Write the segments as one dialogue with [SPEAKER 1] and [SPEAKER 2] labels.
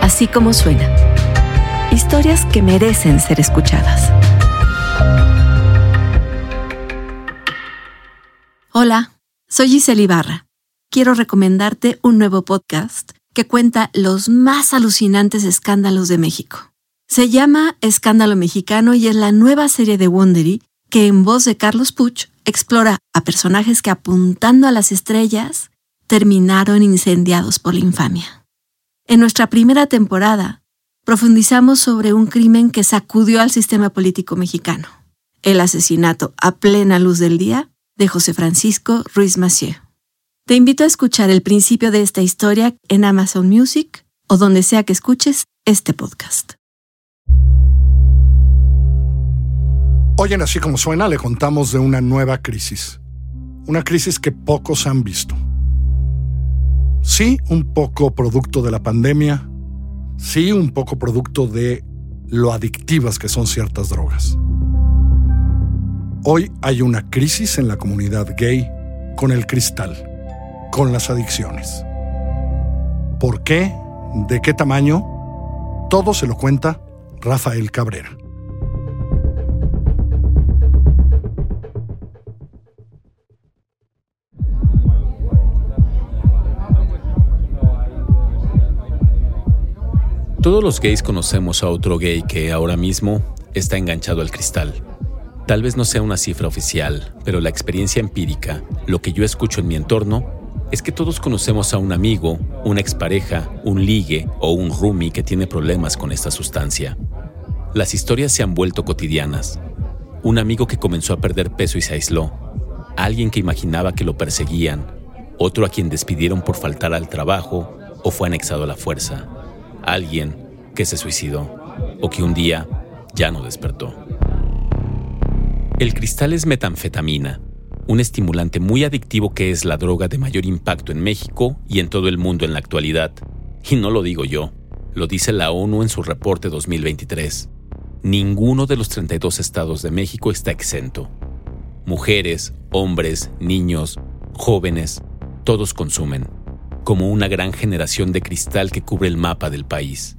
[SPEAKER 1] Así como suena. Historias que merecen ser escuchadas. Hola, soy Giselle Ibarra. Quiero recomendarte un nuevo podcast que cuenta los más alucinantes escándalos de México. Se llama Escándalo Mexicano y es la nueva serie de Wondery que en voz de Carlos Puch explora a personajes que apuntando a las estrellas terminaron incendiados por la infamia. En nuestra primera temporada profundizamos sobre un crimen que sacudió al sistema político mexicano, el asesinato a plena luz del día de José Francisco Ruiz Massieu. Te invito a escuchar el principio de esta historia en Amazon Music o donde sea que escuches este podcast.
[SPEAKER 2] Hoy en Así Como Suena le contamos de una nueva crisis. Una crisis que pocos han visto. Sí, un poco producto de la pandemia. Sí, un poco producto de lo adictivas que son ciertas drogas. Hoy hay una crisis en la comunidad gay con el cristal, con las adicciones. ¿Por qué? ¿De qué tamaño? Todo se lo cuenta Rafael Cabrera.
[SPEAKER 3] Todos los gays conocemos a otro gay que ahora mismo está enganchado al cristal. Tal vez no sea una cifra oficial, pero la experiencia empírica, lo que yo escucho en mi entorno, es que todos conocemos a un amigo, una expareja, un ligue o un roomie que tiene problemas con esta sustancia. Las historias se han vuelto cotidianas. Un amigo que comenzó a perder peso y se aisló. Alguien que imaginaba que lo perseguían. Otro a quien despidieron por faltar al trabajo o fue anexado a la fuerza. Alguien que se suicidó o que un día ya no despertó. El cristal es metanfetamina, un estimulante muy adictivo que es la droga de mayor impacto en México y en todo el mundo en la actualidad. Y no lo digo yo, lo dice la ONU en su reporte 2023. Ninguno de los 32 estados de México está exento. Mujeres, hombres, niños, jóvenes, todos consumen, como una gran generación de cristal que cubre el mapa del país.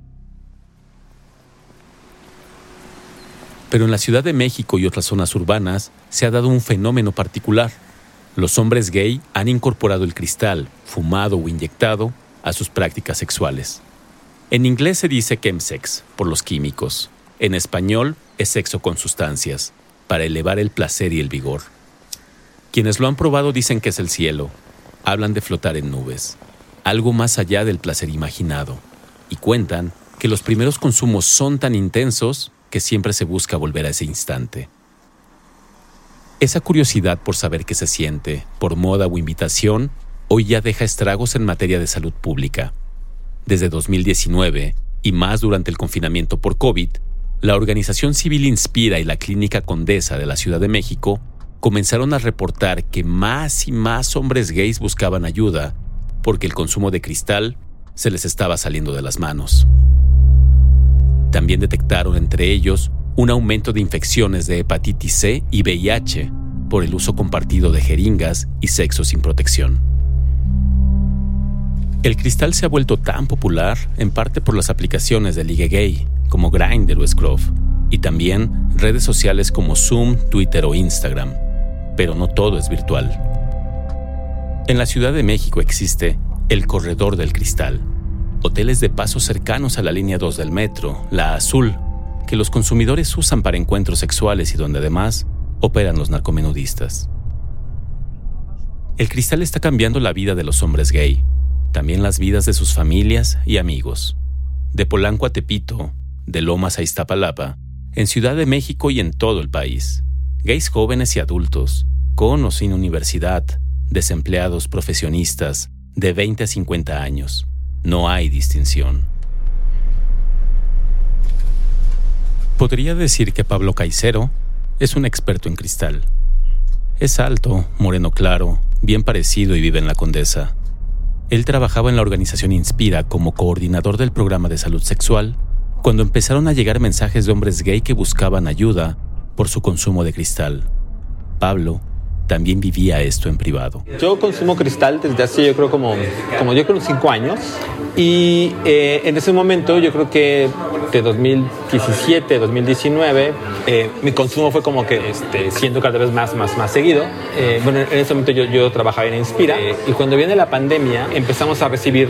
[SPEAKER 3] Pero en la Ciudad de México y otras zonas urbanas se ha dado un fenómeno particular. Los hombres gay han incorporado el cristal, fumado o inyectado, a sus prácticas sexuales. En inglés se dice chemsex, por los químicos. En español es sexo con sustancias, para elevar el placer y el vigor. Quienes lo han probado dicen que es el cielo. Hablan de flotar en nubes, algo más allá del placer imaginado. Y cuentan que los primeros consumos son tan intensos que siempre se busca volver a ese instante. Esa curiosidad por saber qué se siente, por moda o invitación, hoy ya deja estragos en materia de salud pública. Desde 2019, y más durante el confinamiento por COVID, la organización civil Inspira y la Clínica Condesa de la Ciudad de México comenzaron a reportar que más y más hombres gays buscaban ayuda porque el consumo de cristal se les estaba saliendo de las manos. También detectaron entre ellos un aumento de infecciones de hepatitis C y VIH por el uso compartido de jeringas y sexo sin protección. El cristal se ha vuelto tan popular en parte por las aplicaciones de ligue gay como Grindr o Scruff y también redes sociales como Zoom, Twitter o Instagram. Pero no todo es virtual. En la Ciudad de México existe el Corredor del Cristal, hoteles de paso cercanos a la línea 2 del metro, la Azul, que los consumidores usan para encuentros sexuales y donde además operan los narcomenudistas. El cristal está cambiando la vida de los hombres gay, también las vidas de sus familias y amigos. De Polanco a Tepito, de Lomas a Iztapalapa, en Ciudad de México y en todo el país. Gays jóvenes y adultos, con o sin universidad, desempleados, profesionistas, de 20 a 50 años. No hay distinción. Podría decir que Pablo Caicero es un experto en cristal. Es alto, moreno claro, bien parecido y vive en la Condesa. Él trabajaba en la organización Inspira como coordinador del programa de salud sexual cuando empezaron a llegar mensajes de hombres gay que buscaban ayuda por su consumo de cristal. Pablo también vivía esto en privado.
[SPEAKER 4] Yo consumo cristal desde hace, yo creo, como 5 años. Y en ese momento, yo creo que de 2017, 2019, mi consumo fue como que siendo cada vez más seguido. Bueno, en ese momento yo trabajaba en Inspira. Y cuando viene la pandemia, empezamos a recibir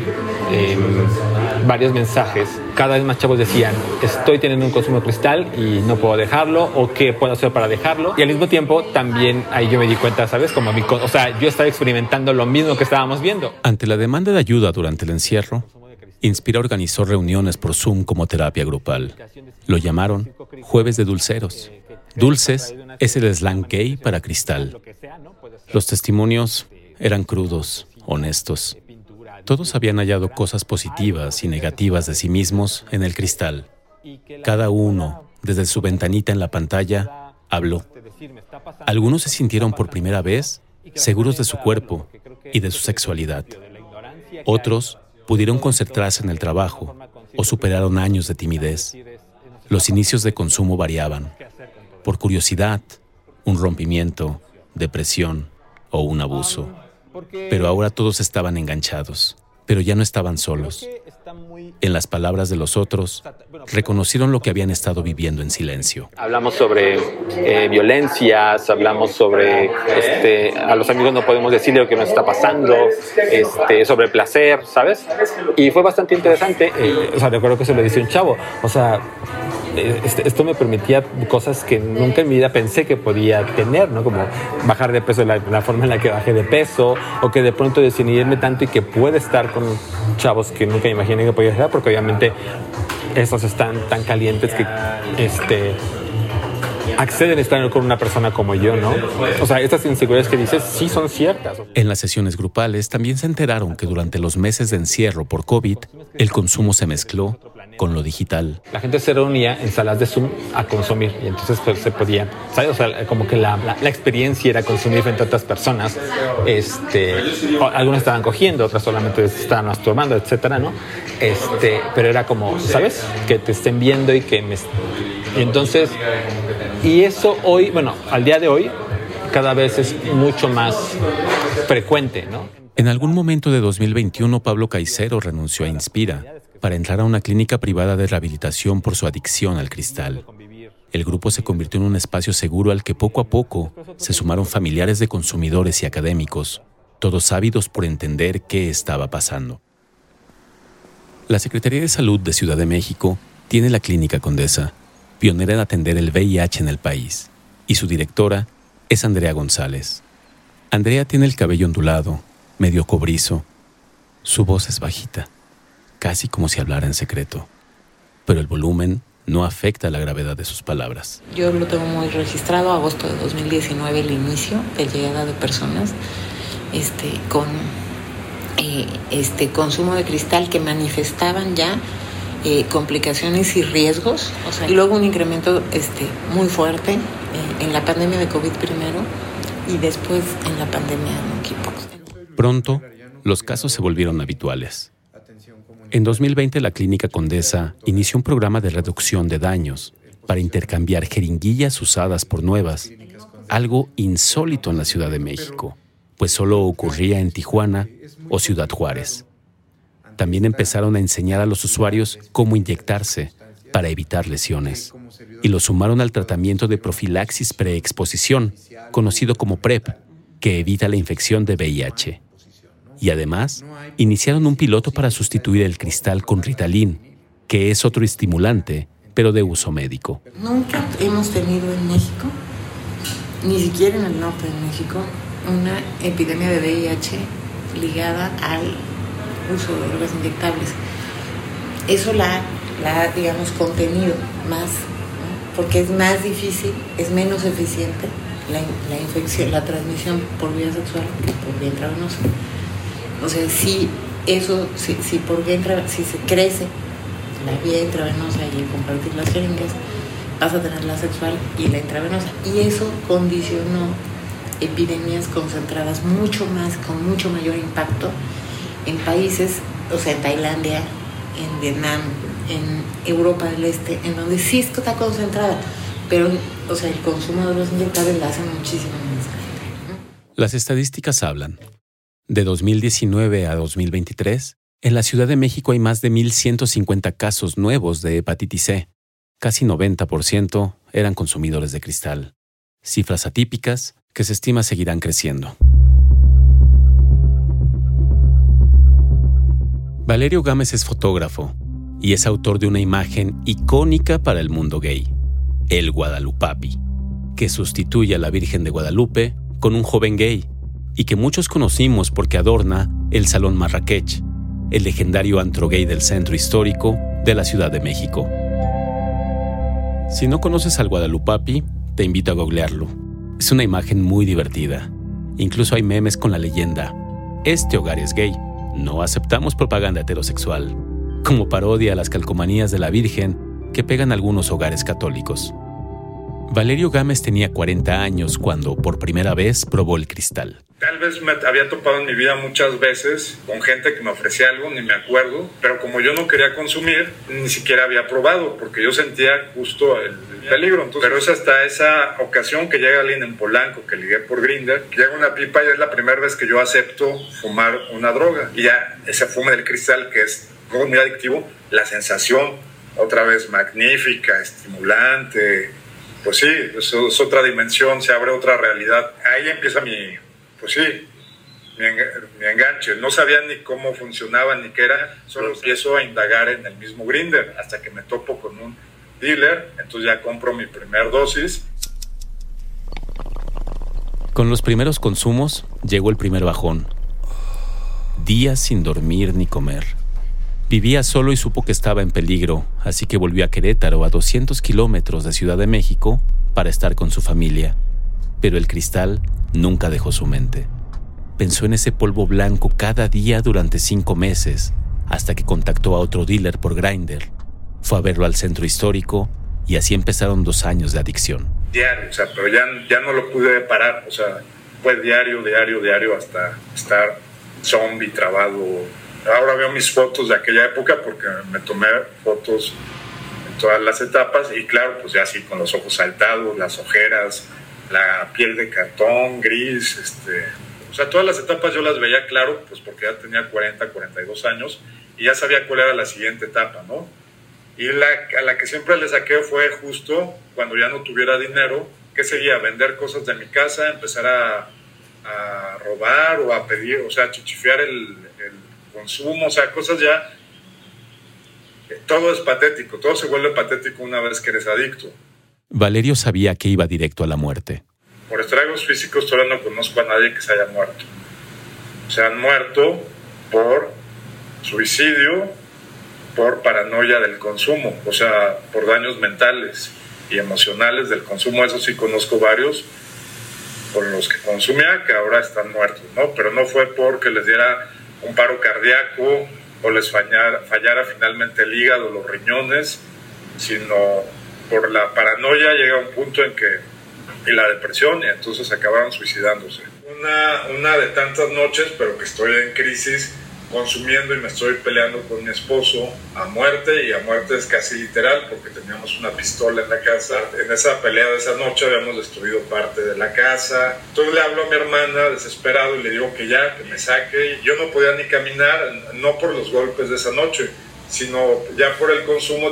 [SPEAKER 4] varios mensajes. Cada vez más chavos decían, estoy teniendo un consumo de cristal y no puedo dejarlo, o qué puedo hacer para dejarlo. Y al mismo tiempo, también ahí yo me di cuenta, ¿sabes? Yo estaba experimentando lo mismo que estábamos viendo.
[SPEAKER 3] Ante la demanda de ayuda durante el encierro, Inspira organizó reuniones por Zoom como terapia grupal. Lo llamaron Jueves de Dulceros. Dulces es el slang gay para cristal. Los testimonios eran crudos, honestos. Todos habían hallado cosas positivas y negativas de sí mismos en el cristal. Cada uno, desde su ventanita en la pantalla, habló. Algunos se sintieron por primera vez seguros de su cuerpo y de su sexualidad. Otros pudieron concentrarse en el trabajo o superaron años de timidez. Los inicios de consumo variaban. Por curiosidad, un rompimiento, depresión o un abuso. Pero ahora todos estaban enganchados, pero ya no estaban solos. En las palabras de los otros, reconocieron lo que habían estado viviendo en silencio.
[SPEAKER 4] Hablamos sobre violencias, hablamos sobre a los amigos no podemos decirle lo que nos está pasando, sobre placer, ¿sabes? Y fue bastante interesante. Recuerdo que se lo decía un chavo, esto me permitía cosas que nunca en mi vida pensé que podía tener, ¿no? Como bajar de peso, la forma en la que bajé de peso, o que de pronto desinhibirme tanto y que puede estar con chavos que nunca imaginé que podía estar, porque obviamente esos están tan calientes que acceden a estar con una persona como yo, ¿no? Estas inseguridades que dices sí son ciertas.
[SPEAKER 3] En las sesiones grupales también se enteraron que durante los meses de encierro por COVID, el consumo se mezcló con lo digital.
[SPEAKER 4] La gente se reunía en salas de Zoom a consumir y entonces pues, se podía, ¿sabes? Como que la experiencia era consumir frente a otras personas. Algunos estaban cogiendo, otras solamente estaban masturbando, etcétera, ¿no? Pero era como, ¿sabes? Que te estén viendo y que Y entonces, y eso hoy, al día de hoy, cada vez es mucho más frecuente, ¿no?
[SPEAKER 3] En algún momento de 2021, Pablo Caicero renunció a Inspira para entrar a una clínica privada de rehabilitación por su adicción al cristal. El grupo se convirtió en un espacio seguro al que poco a poco se sumaron familiares de consumidores y académicos, todos ávidos por entender qué estaba pasando. La Secretaría de Salud de Ciudad de México tiene la Clínica Condesa, pionera en atender el VIH en el país, y su directora es Andrea González. Andrea tiene el cabello ondulado, medio cobrizo. Su voz es bajita, casi como si hablara en secreto, pero el volumen no afecta la gravedad de sus palabras.
[SPEAKER 5] Yo lo tengo muy registrado, agosto de 2019, el inicio de llegada de personas con consumo de cristal que manifestaban ya complicaciones y riesgos, y luego un incremento muy fuerte en la pandemia de COVID primero y después en la pandemia de monkeypox.
[SPEAKER 3] Pronto, los casos se volvieron habituales. En 2020, la Clínica Condesa inició un programa de reducción de daños para intercambiar jeringuillas usadas por nuevas, algo insólito en la Ciudad de México, pues solo ocurría en Tijuana o Ciudad Juárez. También empezaron a enseñar a los usuarios cómo inyectarse para evitar lesiones, y lo sumaron al tratamiento de profilaxis preexposición, conocido como PrEP, que evita la infección de VIH. Y además, iniciaron un piloto para sustituir el cristal con Ritalin, que es otro estimulante, pero de uso médico.
[SPEAKER 5] Nunca hemos tenido en México, ni siquiera en el norte de México, una epidemia de VIH ligada al uso de drogas inyectables. Eso la ha, digamos, contenido más, ¿no? Porque es más difícil, es menos eficiente la infección, la transmisión por vía sexual que por vía intravenosa. Si se crece la vía intravenosa y el compartir las jeringas, vas a tener la sexual y la intravenosa. Y eso condicionó epidemias concentradas con mucho mayor impacto en países, en Tailandia, en Vietnam, en Europa del Este, en donde sí está concentrada, pero el consumo de los inyectables la hace muchísimo más grande.
[SPEAKER 3] Las estadísticas hablan. De 2019 a 2023, en la Ciudad de México hay más de 1,150 casos nuevos de hepatitis C. Casi 90% eran consumidores de cristal. Cifras atípicas que se estima seguirán creciendo. Valerio Gámez es fotógrafo y es autor de una imagen icónica para el mundo gay, el Guadalupapi, que sustituye a la Virgen de Guadalupe con un joven gay y que muchos conocimos porque adorna el Salón Marrakech, el legendario antro gay del centro histórico de la Ciudad de México. Si no conoces al Guadalupapi, te invito a googlearlo. Es una imagen muy divertida. Incluso hay memes con la leyenda: "Este hogar es gay, no aceptamos propaganda heterosexual", como parodia a las calcomanías de la Virgen que pegan algunos hogares católicos. Valerio Gámez tenía 40 años cuando por primera vez probó el cristal.
[SPEAKER 6] Tal vez me había topado en mi vida muchas veces con gente que me ofrecía algo, ni me acuerdo, pero como yo no quería consumir, ni siquiera había probado, porque yo sentía justo el peligro. Entonces, pero es hasta esa ocasión que llega alguien en Polanco, que ligué por Grindr, que llega una pipa y es la primera vez que yo acepto fumar una droga. Y ya ese fume del cristal, que es muy adictivo, la sensación, otra vez magnífica, estimulante. Pues sí, es otra dimensión, se abre otra realidad. Ahí empieza mi enganche. No sabía ni cómo funcionaba ni qué era, solo empiezo a indagar en el mismo Grindr hasta que me topo con un dealer, entonces ya compro mi primer dosis.
[SPEAKER 3] Con los primeros consumos llegó el primer bajón. Días sin dormir ni comer. Vivía solo y supo que estaba en peligro, así que volvió a Querétaro, a 200 kilómetros de Ciudad de México, para estar con su familia. Pero el cristal nunca dejó su mente. Pensó en ese polvo blanco cada día durante 5 meses, hasta que contactó a otro dealer por Grindr. Fue a verlo al centro histórico y así empezaron 2 años de adicción.
[SPEAKER 6] Diario, pero ya no lo pude parar, fue diario, hasta estar zombie, trabado. Ahora veo mis fotos de aquella época porque me tomé fotos en todas las etapas y claro, pues ya así con los ojos saltados, las ojeras, la piel de cartón, gris, todas las etapas yo las veía claro, pues porque ya tenía 42 años y ya sabía cuál era la siguiente etapa, ¿no? Y a la que siempre le saqué fue justo cuando ya no tuviera dinero, que seguía vender cosas de mi casa, empezar a robar o a pedir, a chichifear el consumo, cosas ya. Todo es patético, todo se vuelve patético una vez que eres adicto.
[SPEAKER 3] Valerio sabía que iba directo a la muerte.
[SPEAKER 6] Por estragos físicos todavía no conozco a nadie que se haya muerto. Se han muerto por suicidio, por paranoia del consumo, por daños mentales y emocionales del consumo. Eso sí conozco varios con los que consumía que ahora están muertos, ¿no? Pero no fue porque les diera un paro cardíaco o les fallara finalmente el hígado, los riñones, sino por la paranoia llega un punto en que, y la depresión, y entonces acabaron suicidándose. Una de tantas noches, pero que estoy en crisis, consumiendo y me estoy peleando con mi esposo a muerte, y a muerte es casi literal porque teníamos una pistola en la casa. En esa pelea de esa noche habíamos destruido parte de la casa. Entonces le hablo a mi hermana desesperado y le digo que me saque. Yo no podía ni caminar, no por los golpes de esa noche, sino ya por el consumo.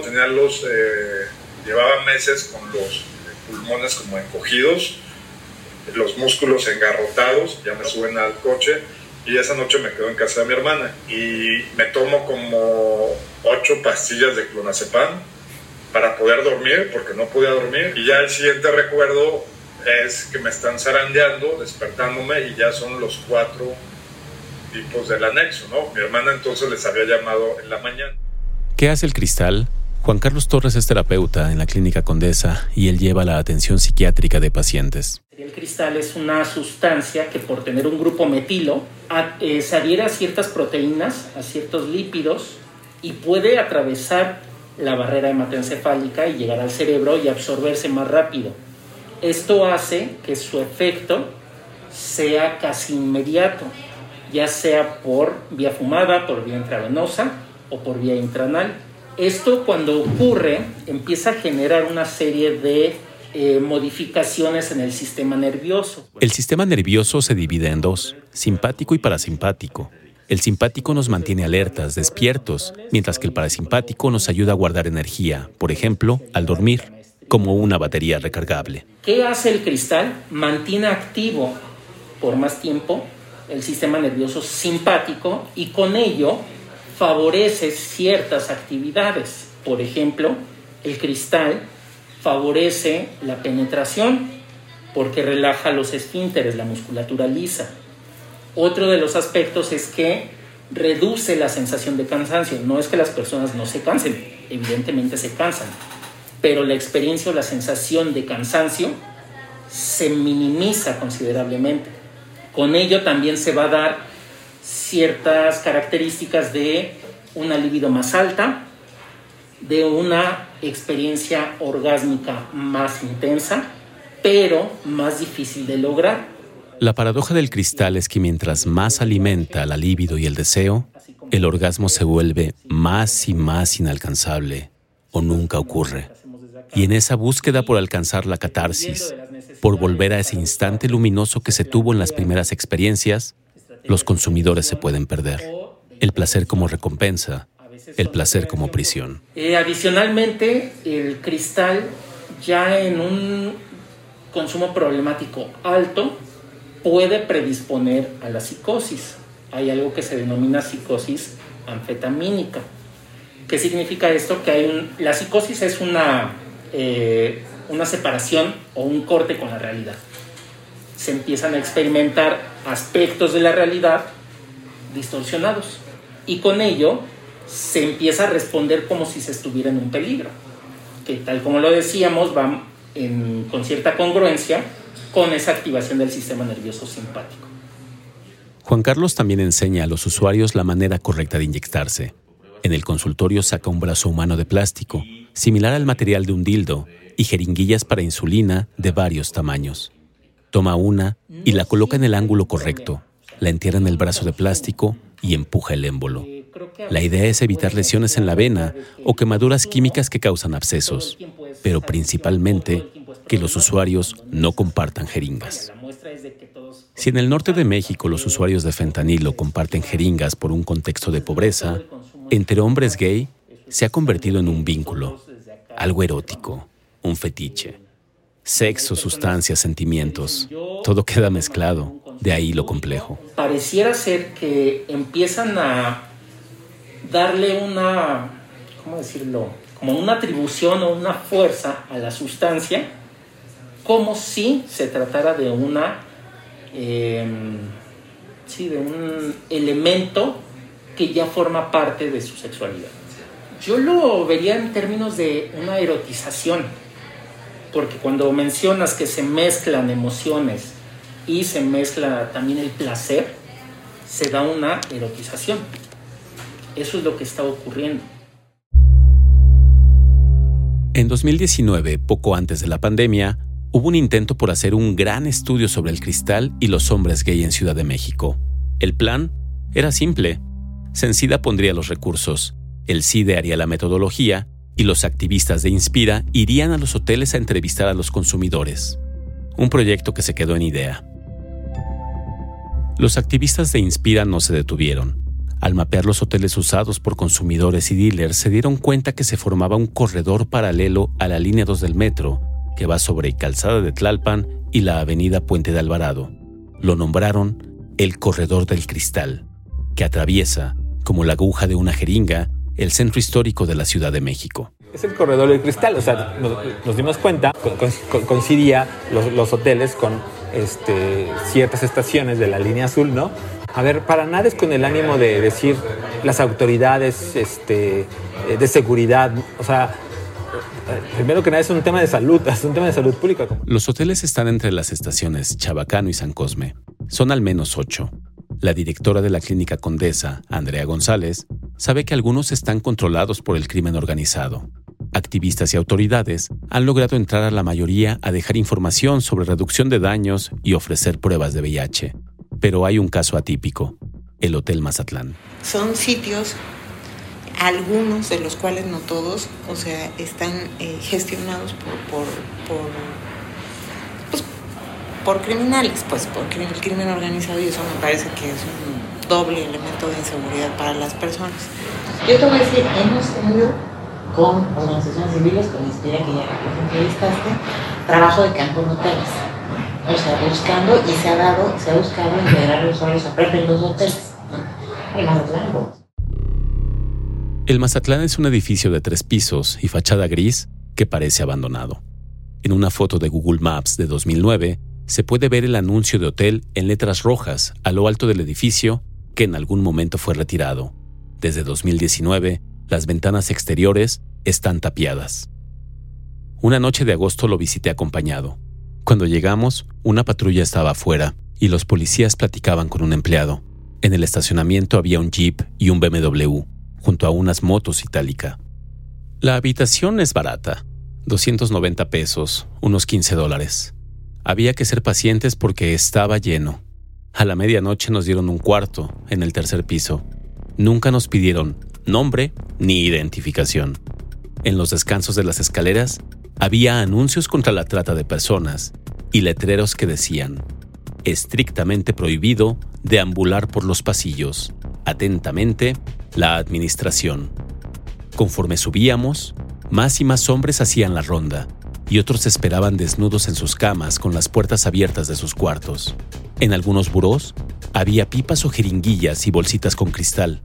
[SPEAKER 6] Llevaba meses con los pulmones como encogidos, los músculos engarrotados, ya me suben al coche. Y esa noche me quedo en casa de mi hermana y me tomo como 8 pastillas de clonazepam para poder dormir, porque no podía dormir. Y ya el siguiente recuerdo es que me están zarandeando, despertándome, y ya son los 4 tipos del anexo, ¿no? Mi hermana entonces les había llamado en la mañana.
[SPEAKER 3] ¿Qué hace el cristal? Juan Carlos Torres es terapeuta en la Clínica Condesa y él lleva la atención psiquiátrica de pacientes.
[SPEAKER 7] El cristal es una sustancia que, por tener un grupo metilo, se adhiere a ciertas proteínas, a ciertos lípidos, y puede atravesar la barrera hematoencefálica y llegar al cerebro y absorberse más rápido. Esto hace que su efecto sea casi inmediato, ya sea por vía fumada, por vía intravenosa o por vía intranal. Esto, cuando ocurre, empieza a generar una serie de modificaciones en el sistema nervioso.
[SPEAKER 3] El sistema nervioso se divide en dos, simpático y parasimpático. El simpático nos mantiene alertas, despiertos, mientras que el parasimpático nos ayuda a guardar energía, por ejemplo, al dormir, como una batería recargable.
[SPEAKER 7] ¿Qué hace el cristal? Mantiene activo por más tiempo el sistema nervioso simpático y con ello favorece ciertas actividades. Por ejemplo, el cristal favorece la penetración porque relaja los esfínteres, la musculatura lisa. Otro de los aspectos es que reduce la sensación de cansancio. No es que las personas no se cansen, evidentemente se cansan, pero la experiencia o la sensación de cansancio se minimiza considerablemente. Con ello también se va a dar ciertas características de una libido más alta, de una experiencia orgásmica más intensa, pero más difícil de lograr.
[SPEAKER 3] La paradoja del cristal es que mientras más alimenta la libido y el deseo, el orgasmo se vuelve más y más inalcanzable o nunca ocurre. Y en esa búsqueda por alcanzar la catarsis, por volver a ese instante luminoso que se tuvo en las primeras experiencias, los consumidores se pueden perder. El placer como recompensa, el placer como prisión.
[SPEAKER 7] Adicionalmente, el cristal ya en un consumo problemático alto puede predisponer a la psicosis. Hay algo que se denomina psicosis anfetamínica. ¿Qué significa esto? Que la psicosis es una separación o un corte con la realidad. Se empiezan a experimentar aspectos de la realidad distorsionados y con ello se empieza a responder como si se estuviera en un peligro, que tal como lo decíamos va con cierta congruencia con esa activación del sistema nervioso simpático.
[SPEAKER 3] Juan Carlos también enseña a los usuarios la manera correcta de inyectarse. En el consultorio saca un brazo humano de plástico, similar al material de un dildo, y jeringuillas para insulina de varios tamaños. Toma una y la coloca en el ángulo correcto, la entierra en el brazo de plástico y empuja el émbolo. La idea es evitar lesiones en la vena o quemaduras químicas que causan abscesos, pero principalmente que los usuarios no compartan jeringas. Si en el norte de México los usuarios de fentanilo comparten jeringas por un contexto de pobreza, entre hombres gay se ha convertido en un vínculo, algo erótico, un fetiche. Sexo, sustancias, sentimientos, todo queda mezclado, de ahí lo complejo.
[SPEAKER 7] Pareciera ser que empiezan a darle como una atribución o una fuerza a la sustancia, como si se tratara de un elemento que ya forma parte de su sexualidad. Yo lo vería en términos de una erotización, porque cuando mencionas que se mezclan emociones y se mezcla también el placer, se da una erotización. Eso es lo que está ocurriendo.
[SPEAKER 3] En 2019, poco antes de la pandemia, hubo un intento por hacer un gran estudio sobre el cristal y los hombres gay en Ciudad de México. El plan era simple. Sencida pondría los recursos, el CIDE haría la metodología y los activistas de Inspira irían a los hoteles a entrevistar a los consumidores. Un proyecto que se quedó en idea. Los activistas de Inspira no se detuvieron. Al mapear los hoteles usados por consumidores y dealers, se dieron cuenta que se formaba un corredor paralelo a la línea 2 del metro, que va sobre Calzada de Tlalpan y la avenida Puente de Alvarado. Lo nombraron el Corredor del Cristal, que atraviesa, como la aguja de una jeringa, el centro histórico de la Ciudad de México.
[SPEAKER 4] Es el Corredor del Cristal, o sea, nos dimos cuenta, coincidía los hoteles con ciertas estaciones de la línea azul, ¿no? A ver, para nada es con el ánimo de decir las autoridades de seguridad, o sea, primero que nada es un tema de salud, es un tema de salud pública.
[SPEAKER 3] Los hoteles están entre las estaciones Chabacano y San Cosme. Son al menos 8. La directora de la Clínica Condesa, Andrea González, sabe que algunos están controlados por el crimen organizado. Activistas y autoridades han logrado entrar a la mayoría a dejar información sobre reducción de daños y ofrecer pruebas de VIH. Pero hay un caso atípico, el Hotel Mazatlán.
[SPEAKER 5] Son sitios algunos, de los cuales no todos, o sea, están gestionados por criminales, pues por el crimen organizado, y eso me parece que es un doble elemento de inseguridad para las personas. Yo te voy a decir, hemos tenido con organizaciones civiles, con Inspira, que ya las entrevistaste, trabajo de campo en hoteles. O sea, buscando, y se ha buscado integrar a los usuarios a PrEP en los hoteles. El Mazatlán.
[SPEAKER 3] El Mazatlán es un edificio de 3 pisos y fachada gris que parece abandonado. En una foto de Google Maps de 2009, se puede ver el anuncio de hotel en letras rojas a lo alto del edificio, que en algún momento fue retirado. Desde 2019, las ventanas exteriores están tapiadas. Una noche de agosto lo visité acompañado. Cuando llegamos, una patrulla estaba afuera y los policías platicaban con un empleado. En el estacionamiento había un Jeep y un BMW, junto a unas motos Itálica. La habitación es barata, $290, unos $15. Había que ser pacientes porque estaba lleno. A la medianoche nos dieron un cuarto en el 3er piso. Nunca nos pidieron nombre ni identificación. En los descansos de las escaleras había anuncios contra la trata de personas y letreros que decían: estrictamente prohibido deambular por los pasillos. Atentamente, la administración. Conforme subíamos, más y más hombres hacían la ronda y otros esperaban desnudos en sus camas con las puertas abiertas de sus cuartos. En algunos burós había pipas o jeringuillas y bolsitas con cristal.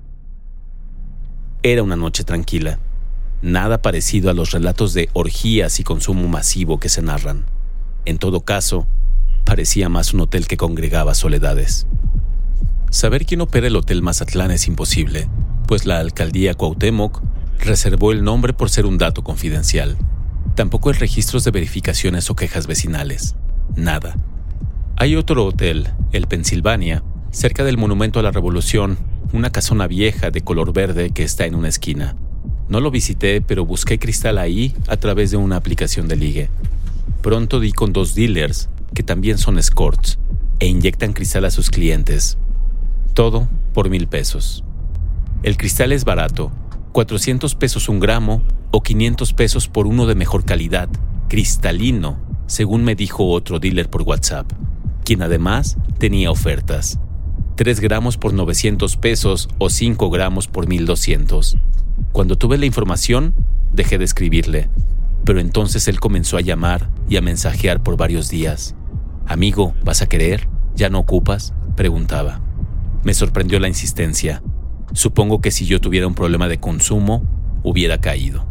[SPEAKER 3] Era una noche tranquila, nada parecido a los relatos de orgías y consumo masivo que se narran. En todo caso, parecía más un hotel que congregaba soledades. Saber quién opera el Hotel Mazatlán es imposible, pues la alcaldía Cuauhtémoc reservó el nombre por ser un dato confidencial. Tampoco hay registros de verificaciones o quejas vecinales. Nada. Hay otro hotel, el Pensilvania, cerca del Monumento a la Revolución, una casona vieja de color verde que está en una esquina. No lo visité, pero busqué cristal ahí a través de una aplicación de ligue. Pronto di con 2 dealers, que también son escorts, e inyectan cristal a sus clientes. Todo por $1,000. El cristal es barato, $400 un gramo o $500 por uno de mejor calidad, cristalino, según me dijo otro dealer por WhatsApp, quien además tenía ofertas. 3 gramos por $900 o 5 gramos por $1,200. Cuando tuve la información, dejé de escribirle, pero entonces él comenzó a llamar y a mensajear por varios días. «Amigo, ¿vas a querer? ¿Ya no ocupas?», preguntaba. Me sorprendió la insistencia. Supongo que si yo tuviera un problema de consumo, hubiera caído.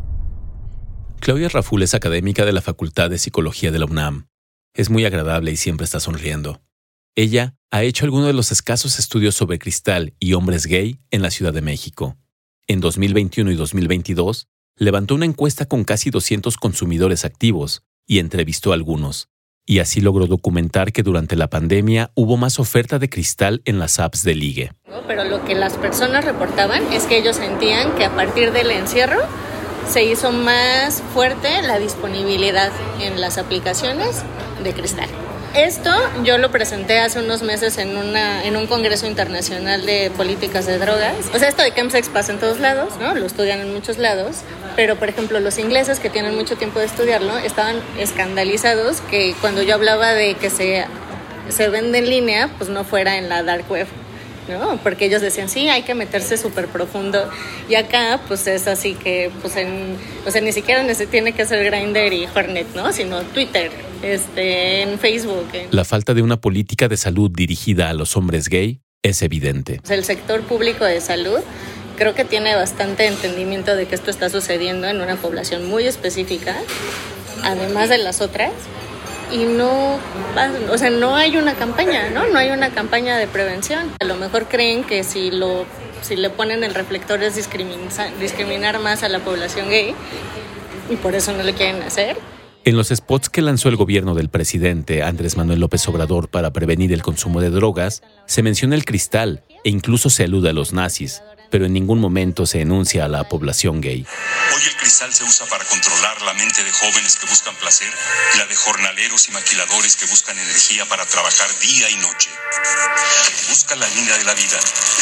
[SPEAKER 3] Claudia Raful es académica de la Facultad de Psicología de la UNAM. Es muy agradable y siempre está sonriendo. Ella ha hecho algunos de los escasos estudios sobre cristal y hombres gay en la Ciudad de México. En 2021 y 2022, levantó una encuesta con casi 200 consumidores activos y entrevistó a algunos. Y así logró documentar que durante la pandemia hubo más oferta de cristal en las apps de ligue.
[SPEAKER 8] Pero lo que las personas reportaban es que ellos sentían que a partir del encierro se hizo más fuerte la disponibilidad en las aplicaciones de cristal. Esto yo lo presenté hace unos meses en un congreso internacional de políticas de drogas. O sea, esto de chemsex pasa en todos lados, ¿no? Lo estudian en muchos lados. Pero, por ejemplo, los ingleses, que tienen mucho tiempo de estudiarlo, estaban escandalizados que cuando yo hablaba de que se vende en línea, pues no fuera en la dark web, ¿no? Porque ellos decían, sí, hay que meterse súper profundo. Y acá, pues es así que, pues ni siquiera tiene que ser Grindr y Hornet, ¿no? Sino Twitter, en Facebook.
[SPEAKER 3] La falta de una política de salud dirigida a los hombres gay es evidente.
[SPEAKER 8] El sector público de salud creo que tiene bastante entendimiento de que esto está sucediendo en una población muy específica, además de las otras. Y no hay una campaña, ¿no? No hay una campaña de prevención. A lo mejor creen que si le ponen el reflector es discriminar más a la población gay y por eso no lo quieren hacer.
[SPEAKER 3] En los spots que lanzó el gobierno del presidente Andrés Manuel López Obrador para prevenir el consumo de drogas, se menciona el cristal e incluso se alude a los nazis, pero en ningún momento se enuncia a la población gay.
[SPEAKER 9] Hoy el cristal se usa para controlar la mente de jóvenes que buscan placer y la de jornaleros y maquiladores que buscan energía para trabajar día y noche. Busca la línea de la vida,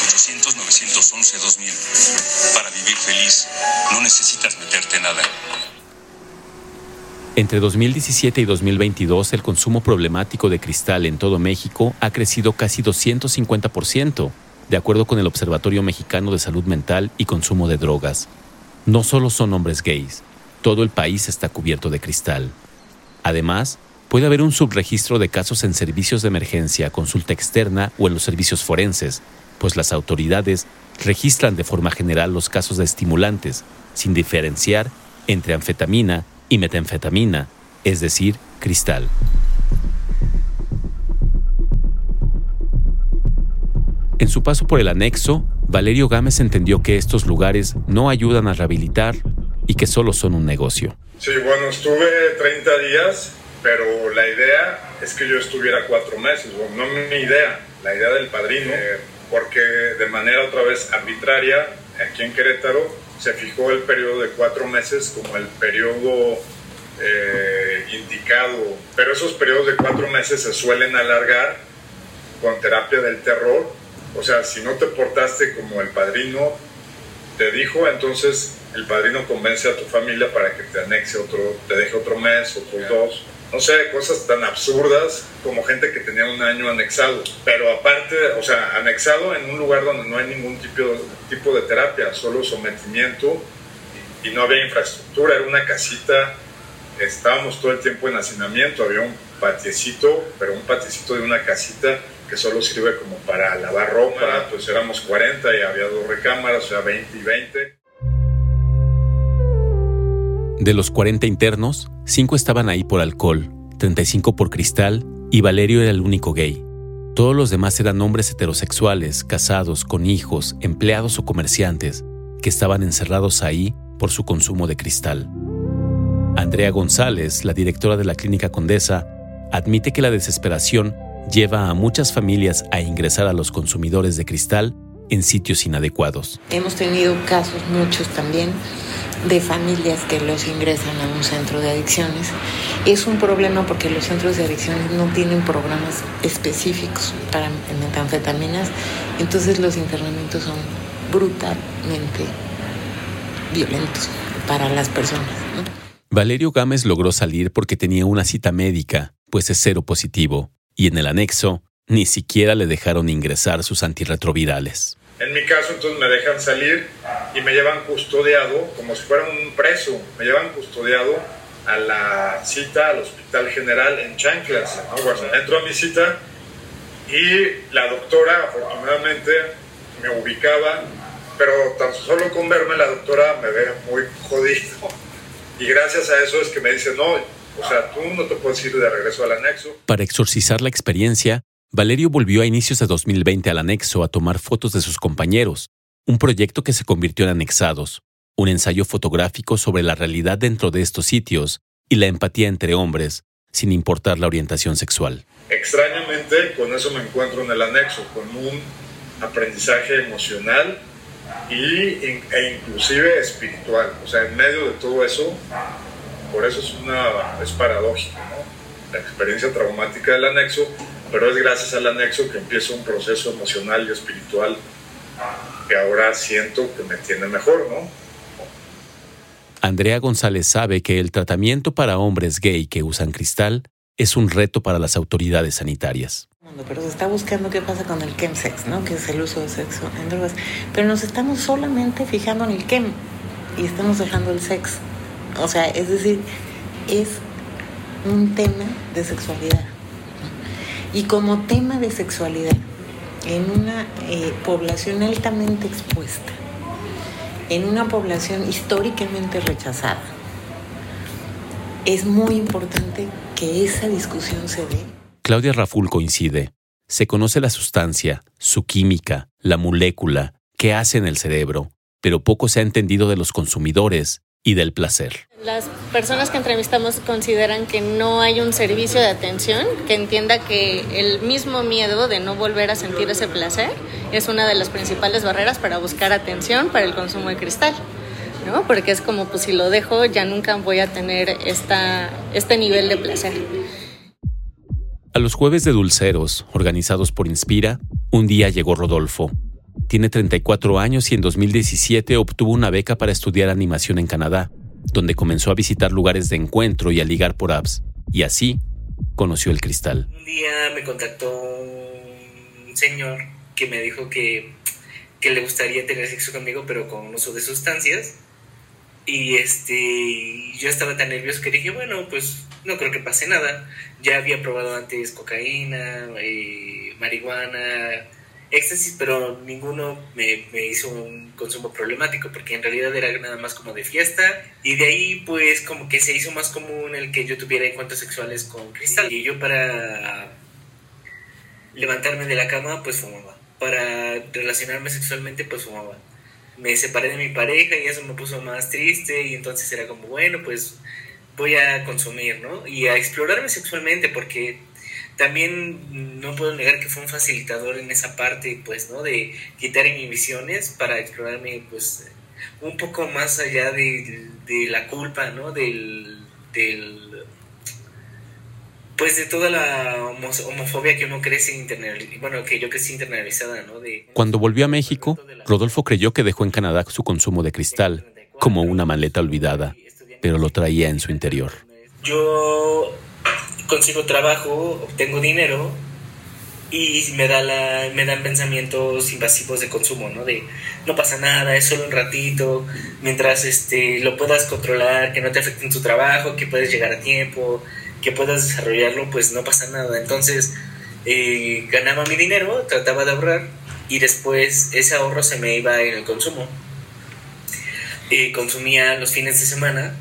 [SPEAKER 9] 800-911-2000. Para vivir feliz, no necesitas meterte nada.
[SPEAKER 3] Entre 2017 y 2022, el consumo problemático de cristal en todo México ha crecido casi 250%, de acuerdo con el Observatorio Mexicano de Salud Mental y Consumo de Drogas. No solo son hombres gays, todo el país está cubierto de cristal. Además, puede haber un subregistro de casos en servicios de emergencia, consulta externa o en los servicios forenses, pues las autoridades registran de forma general los casos de estimulantes, sin diferenciar entre anfetamina y metanfetamina, es decir, cristal. En su paso por el anexo, Valerio Gámez entendió que estos lugares no ayudan a rehabilitar y que solo son un negocio.
[SPEAKER 6] Sí, bueno, estuve 30 días, pero la idea es que yo estuviera 4 meses. Bueno, no mi idea, la idea del padrino, porque de manera otra vez arbitraria, aquí en Querétaro, se fijó el periodo de 4 meses como el periodo indicado, pero esos periodos de 4 meses se suelen alargar con terapia del terror. O sea, si no te portaste como el padrino te dijo, entonces el padrino convence a tu familia para que te anexe te deje otro mes, otros 2. No sé, cosas tan absurdas como gente que tenía 1 año anexado. Pero aparte, o sea, anexado en un lugar donde no hay ningún tipo de terapia, solo sometimiento y no había infraestructura, era una casita. Estábamos todo el tiempo en hacinamiento, había un patiecito, pero un patiecito de una casita que solo sirve como para lavar ropa. Pues éramos 40 y había 2 recámaras, o sea, 20 y 20.
[SPEAKER 3] De los 40 internos, 5 estaban ahí por alcohol, 35 por cristal y Valerio era el único gay. Todos los demás eran hombres heterosexuales, casados, con hijos, empleados o comerciantes, que estaban encerrados ahí por su consumo de cristal. Andrea González, la directora de la Clínica Condesa, admite que la desesperación lleva a muchas familias a ingresar a los consumidores de cristal en sitios inadecuados.
[SPEAKER 5] Hemos tenido casos, muchos también, de familias que los ingresan a un centro de adicciones. Es un problema porque los centros de adicciones no tienen programas específicos para metanfetaminas, entonces los internamientos son brutalmente violentos para las personas, ¿no?
[SPEAKER 3] Valerio Gámez logró salir porque tenía una cita médica, pues es cero positivo, y en el anexo ni siquiera le dejaron ingresar sus antirretrovirales.
[SPEAKER 6] En mi caso, entonces me dejan salir y me llevan custodiado, como si fuera un preso, me llevan custodiado a la cita al Hospital General en chanclas. Bueno, entro a mi cita y la doctora, afortunadamente, me ubicaba, pero tan solo con verme la doctora me ve muy jodido. Y gracias a eso es que me dice, no, o sea, tú no te puedes ir de regreso al anexo.
[SPEAKER 3] Para exorcizar la experiencia, Valerio volvió a inicios de 2020 al anexo a tomar fotos de sus compañeros, un proyecto que se convirtió en Anexados, un ensayo fotográfico sobre la realidad dentro de estos sitios y la empatía entre hombres, sin importar la orientación sexual.
[SPEAKER 6] Extrañamente, con eso me encuentro en el anexo, con un aprendizaje emocional e inclusive espiritual. O sea, en medio de todo eso, por eso es paradójico, ¿no? La experiencia traumática del anexo, pero es gracias al anexo que empieza un proceso emocional y espiritual que ahora siento que me tiene mejor, ¿no?
[SPEAKER 3] Andrea González sabe que el tratamiento para hombres gay que usan cristal es un reto para las autoridades sanitarias.
[SPEAKER 5] Pero se está buscando qué pasa con el chemsex, ¿no? Que es el uso de sexo en drogas. Pero nos estamos solamente fijando en el chem y estamos dejando el sex. O sea, es decir, es un tema de sexualidad. Y como tema de sexualidad, en una población altamente expuesta, en una población históricamente rechazada, es muy importante que esa discusión se dé.
[SPEAKER 3] Claudia Raful coincide. Se conoce la sustancia, su química, la molécula, qué hace en el cerebro, pero poco se ha entendido de los consumidores y del placer.
[SPEAKER 8] Las personas que entrevistamos consideran que no hay un servicio de atención que entienda que el mismo miedo de no volver a sentir ese placer es una de las principales barreras para buscar atención para el consumo de cristal, ¿no? Porque es como, pues si lo dejo ya nunca voy a tener este nivel de placer.
[SPEAKER 3] A los jueves de dulceros, organizados por Inspira, un día llegó Rodolfo. Tiene 34 años y en 2017 obtuvo una beca para estudiar animación en Canadá, donde comenzó a visitar lugares de encuentro y a ligar por apps. Y así conoció el cristal.
[SPEAKER 10] Un día me contactó un señor que me dijo que le gustaría tener sexo conmigo, pero con uso de sustancias. Y yo estaba tan nervioso que dije, bueno, pues no creo que pase nada. Ya había probado antes cocaína, marihuana, éxtasis, pero ninguno me hizo un consumo problemático, porque en realidad era nada más como de fiesta, y de ahí pues como que se hizo más común el que yo tuviera encuentros sexuales con cristal. Y yo para levantarme de la cama pues fumaba, para relacionarme sexualmente pues fumaba. Me separé de mi pareja y eso me puso más triste, y entonces era como, bueno, pues voy a consumir, ¿no? Y a explorarme sexualmente, porque también no puedo negar que fue un facilitador en esa parte, pues, ¿no? De quitar inhibiciones para explorarme, pues, un poco más allá de la culpa, ¿no? Pues de toda la homofobia que uno crece que yo crecí internalizada, ¿no?
[SPEAKER 3] Cuando volvió a México, Rodolfo creyó que dejó en Canadá su consumo de cristal, como una maleta olvidada, pero lo traía en su interior.
[SPEAKER 10] Yo consigo trabajo, obtengo dinero y me dan pensamientos invasivos de consumo, ¿no? De no pasa nada, es solo un ratito, mientras lo puedas controlar, que no te afecte en tu trabajo, que puedes llegar a tiempo, que puedas desarrollarlo, pues no pasa nada. Entonces ganaba mi dinero, trataba de ahorrar y después ese ahorro se me iba en el consumo. Consumía los fines de semana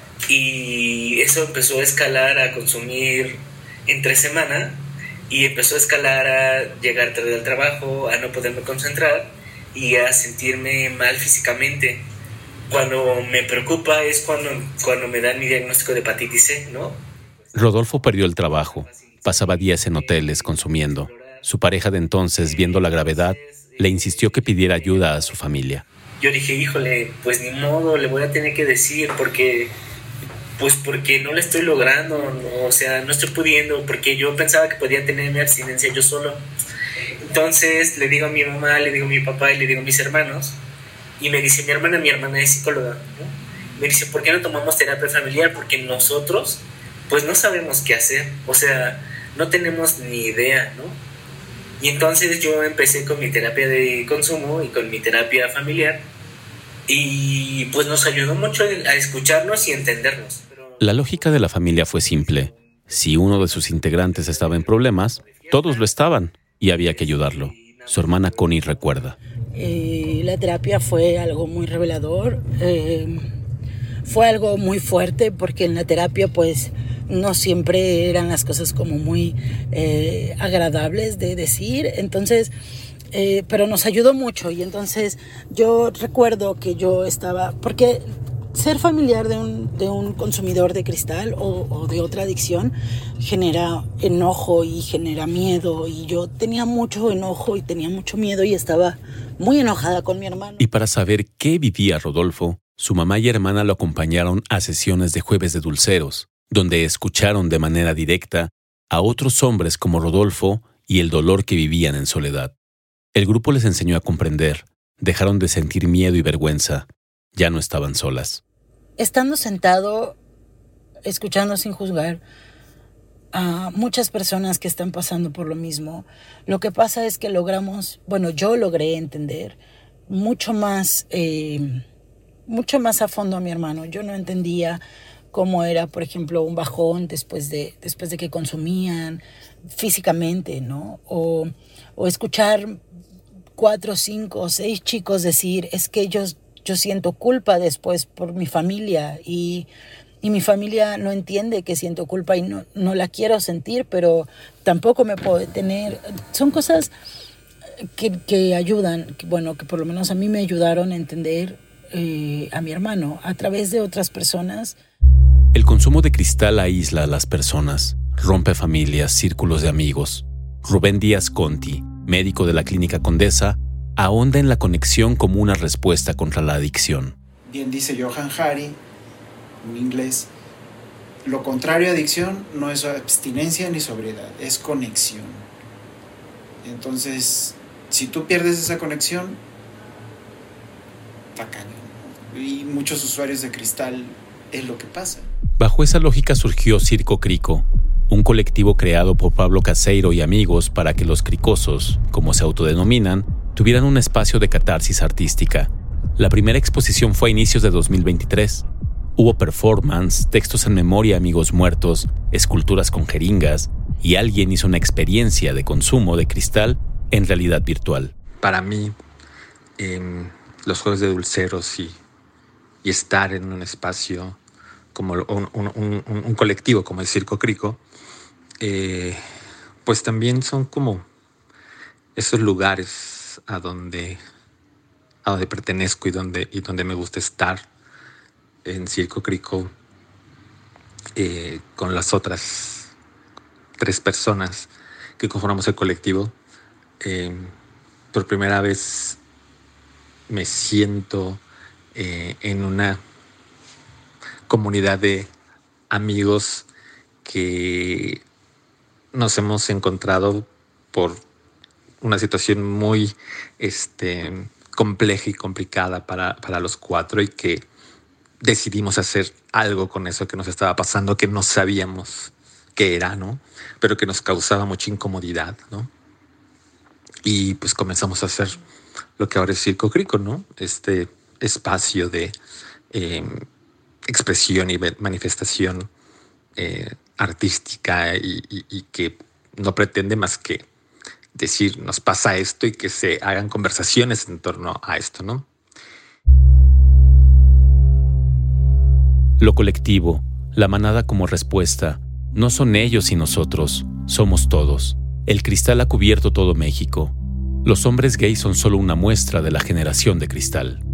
[SPEAKER 10] y eso empezó a escalar a consumir entre semana y empezó a escalar a llegar tarde al trabajo, a no poderme concentrar y a sentirme mal físicamente. Cuando me preocupa es cuando me dan mi diagnóstico de hepatitis C, ¿no?
[SPEAKER 3] Rodolfo perdió el trabajo, pasaba días en hoteles consumiendo. Su pareja de entonces, viendo la gravedad, le insistió que pidiera ayuda a su familia.
[SPEAKER 10] Yo dije, híjole, pues ni modo, le voy a tener que decir porque no lo estoy logrando, no, o sea, no estoy pudiendo, porque yo pensaba que podía tener mi abstinencia yo solo. Entonces le digo a mi mamá, le digo a mi papá y le digo a mis hermanos, y me dice mi hermana es psicóloga, ¿no? Me dice, ¿por qué no tomamos terapia familiar? Porque nosotros, pues no sabemos qué hacer, o sea, no tenemos ni idea, ¿no? Y entonces yo empecé con mi terapia de consumo y con mi terapia familiar, y pues nos ayudó mucho a escucharnos y entendernos.
[SPEAKER 3] La lógica de la familia fue simple. Si uno de sus integrantes estaba en problemas, todos lo estaban y había que ayudarlo. Su hermana Connie recuerda.
[SPEAKER 11] La terapia fue algo muy revelador, fue algo muy fuerte porque en la terapia pues no siempre eran las cosas como muy agradables de decir, entonces, pero nos ayudó mucho. Y entonces yo recuerdo que yo estaba, porque ser familiar de un consumidor de cristal o de otra adicción genera enojo y genera miedo, y yo tenía mucho enojo y tenía mucho miedo y estaba muy enojada con mi hermano.
[SPEAKER 3] Y para saber qué vivía Rodolfo, su mamá y hermana lo acompañaron a sesiones de jueves de dulceros, donde escucharon de manera directa a otros hombres como Rodolfo y el dolor que vivían en soledad. El grupo les enseñó a comprender, dejaron de sentir miedo y vergüenza. Ya no estaban solas.
[SPEAKER 11] Estando sentado, escuchando sin juzgar a muchas personas que están pasando por lo mismo, lo que pasa es que yo logré entender mucho más a fondo a mi hermano. Yo no entendía cómo era, por ejemplo, un bajón después de que consumían físicamente, ¿no? O escuchar 4, 5, 6 chicos decir, es que yo siento culpa después por mi familia y mi familia no entiende que siento culpa y no la quiero sentir, pero tampoco me puedo detener. Son cosas que ayudan, que por lo menos a mí me ayudaron a entender a mi hermano a través de otras personas.
[SPEAKER 3] El consumo de cristal aísla a las personas, rompe familias, círculos de amigos. Rubén Díaz Conti, médico de la Clínica Condesa, ahonda en la conexión como una respuesta contra la adicción.
[SPEAKER 12] Bien dice Johann Hari, en inglés, lo contrario a adicción no es abstinencia ni sobriedad, es conexión. Entonces, si tú pierdes esa conexión, está cañón. Y muchos usuarios de cristal es lo que pasa.
[SPEAKER 3] Bajo esa lógica surgió Circo Crico, un colectivo creado por Pablo Caseiro y amigos para que los cricosos, como se autodenominan, tuvieran un espacio de catarsis artística. La primera exposición fue a inicios de 2023. Hubo performance, textos en memoria a amigos muertos, esculturas con jeringas, y alguien hizo una experiencia de consumo de cristal en realidad virtual.
[SPEAKER 13] Para mí, los juegos de dulceros y estar en un espacio como un colectivo como el Circo Crico, pues también son como esos lugares a donde pertenezco y donde me gusta estar. En Circo Crico, con las otras 3 personas que conformamos el colectivo, por primera vez me siento en una comunidad de amigos que nos hemos encontrado por una situación muy compleja y complicada para los 4, y que decidimos hacer algo con eso que nos estaba pasando, que no sabíamos qué era, ¿no? Pero que nos causaba mucha incomodidad, ¿no? Y pues comenzamos a hacer lo que ahora es Circo Crico, ¿no? Este espacio de expresión y manifestación artística y que no pretende más que decir, nos pasa esto, y que se hagan conversaciones en torno a esto, ¿no?
[SPEAKER 3] Lo colectivo, la manada como respuesta, no son ellos y nosotros, somos todos. El cristal ha cubierto todo México. Los hombres gays son solo una muestra de la generación de cristal.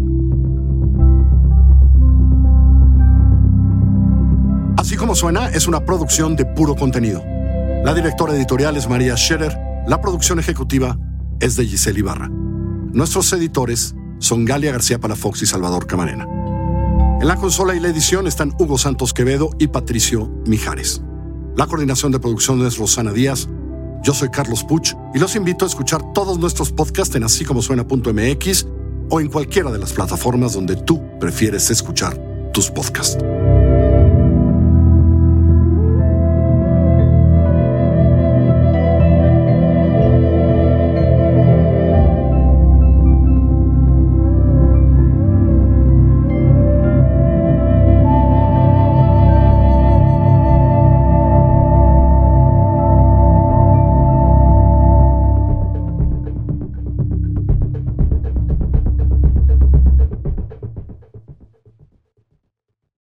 [SPEAKER 2] Así como suena, es una producción de Puro Contenido. La directora editorial es María Scherer, la producción ejecutiva es de Giselle Ibarra. Nuestros editores son Galia García Palafox y Salvador Camarena. En la consola y la edición están Hugo Santos Quevedo y Patricio Mijares. La coordinación de producción es Rosana Díaz. Yo soy Carlos Puch y los invito a escuchar todos nuestros podcasts en asícomosuena.mx o en cualquiera de las plataformas donde tú prefieres escuchar tus podcasts.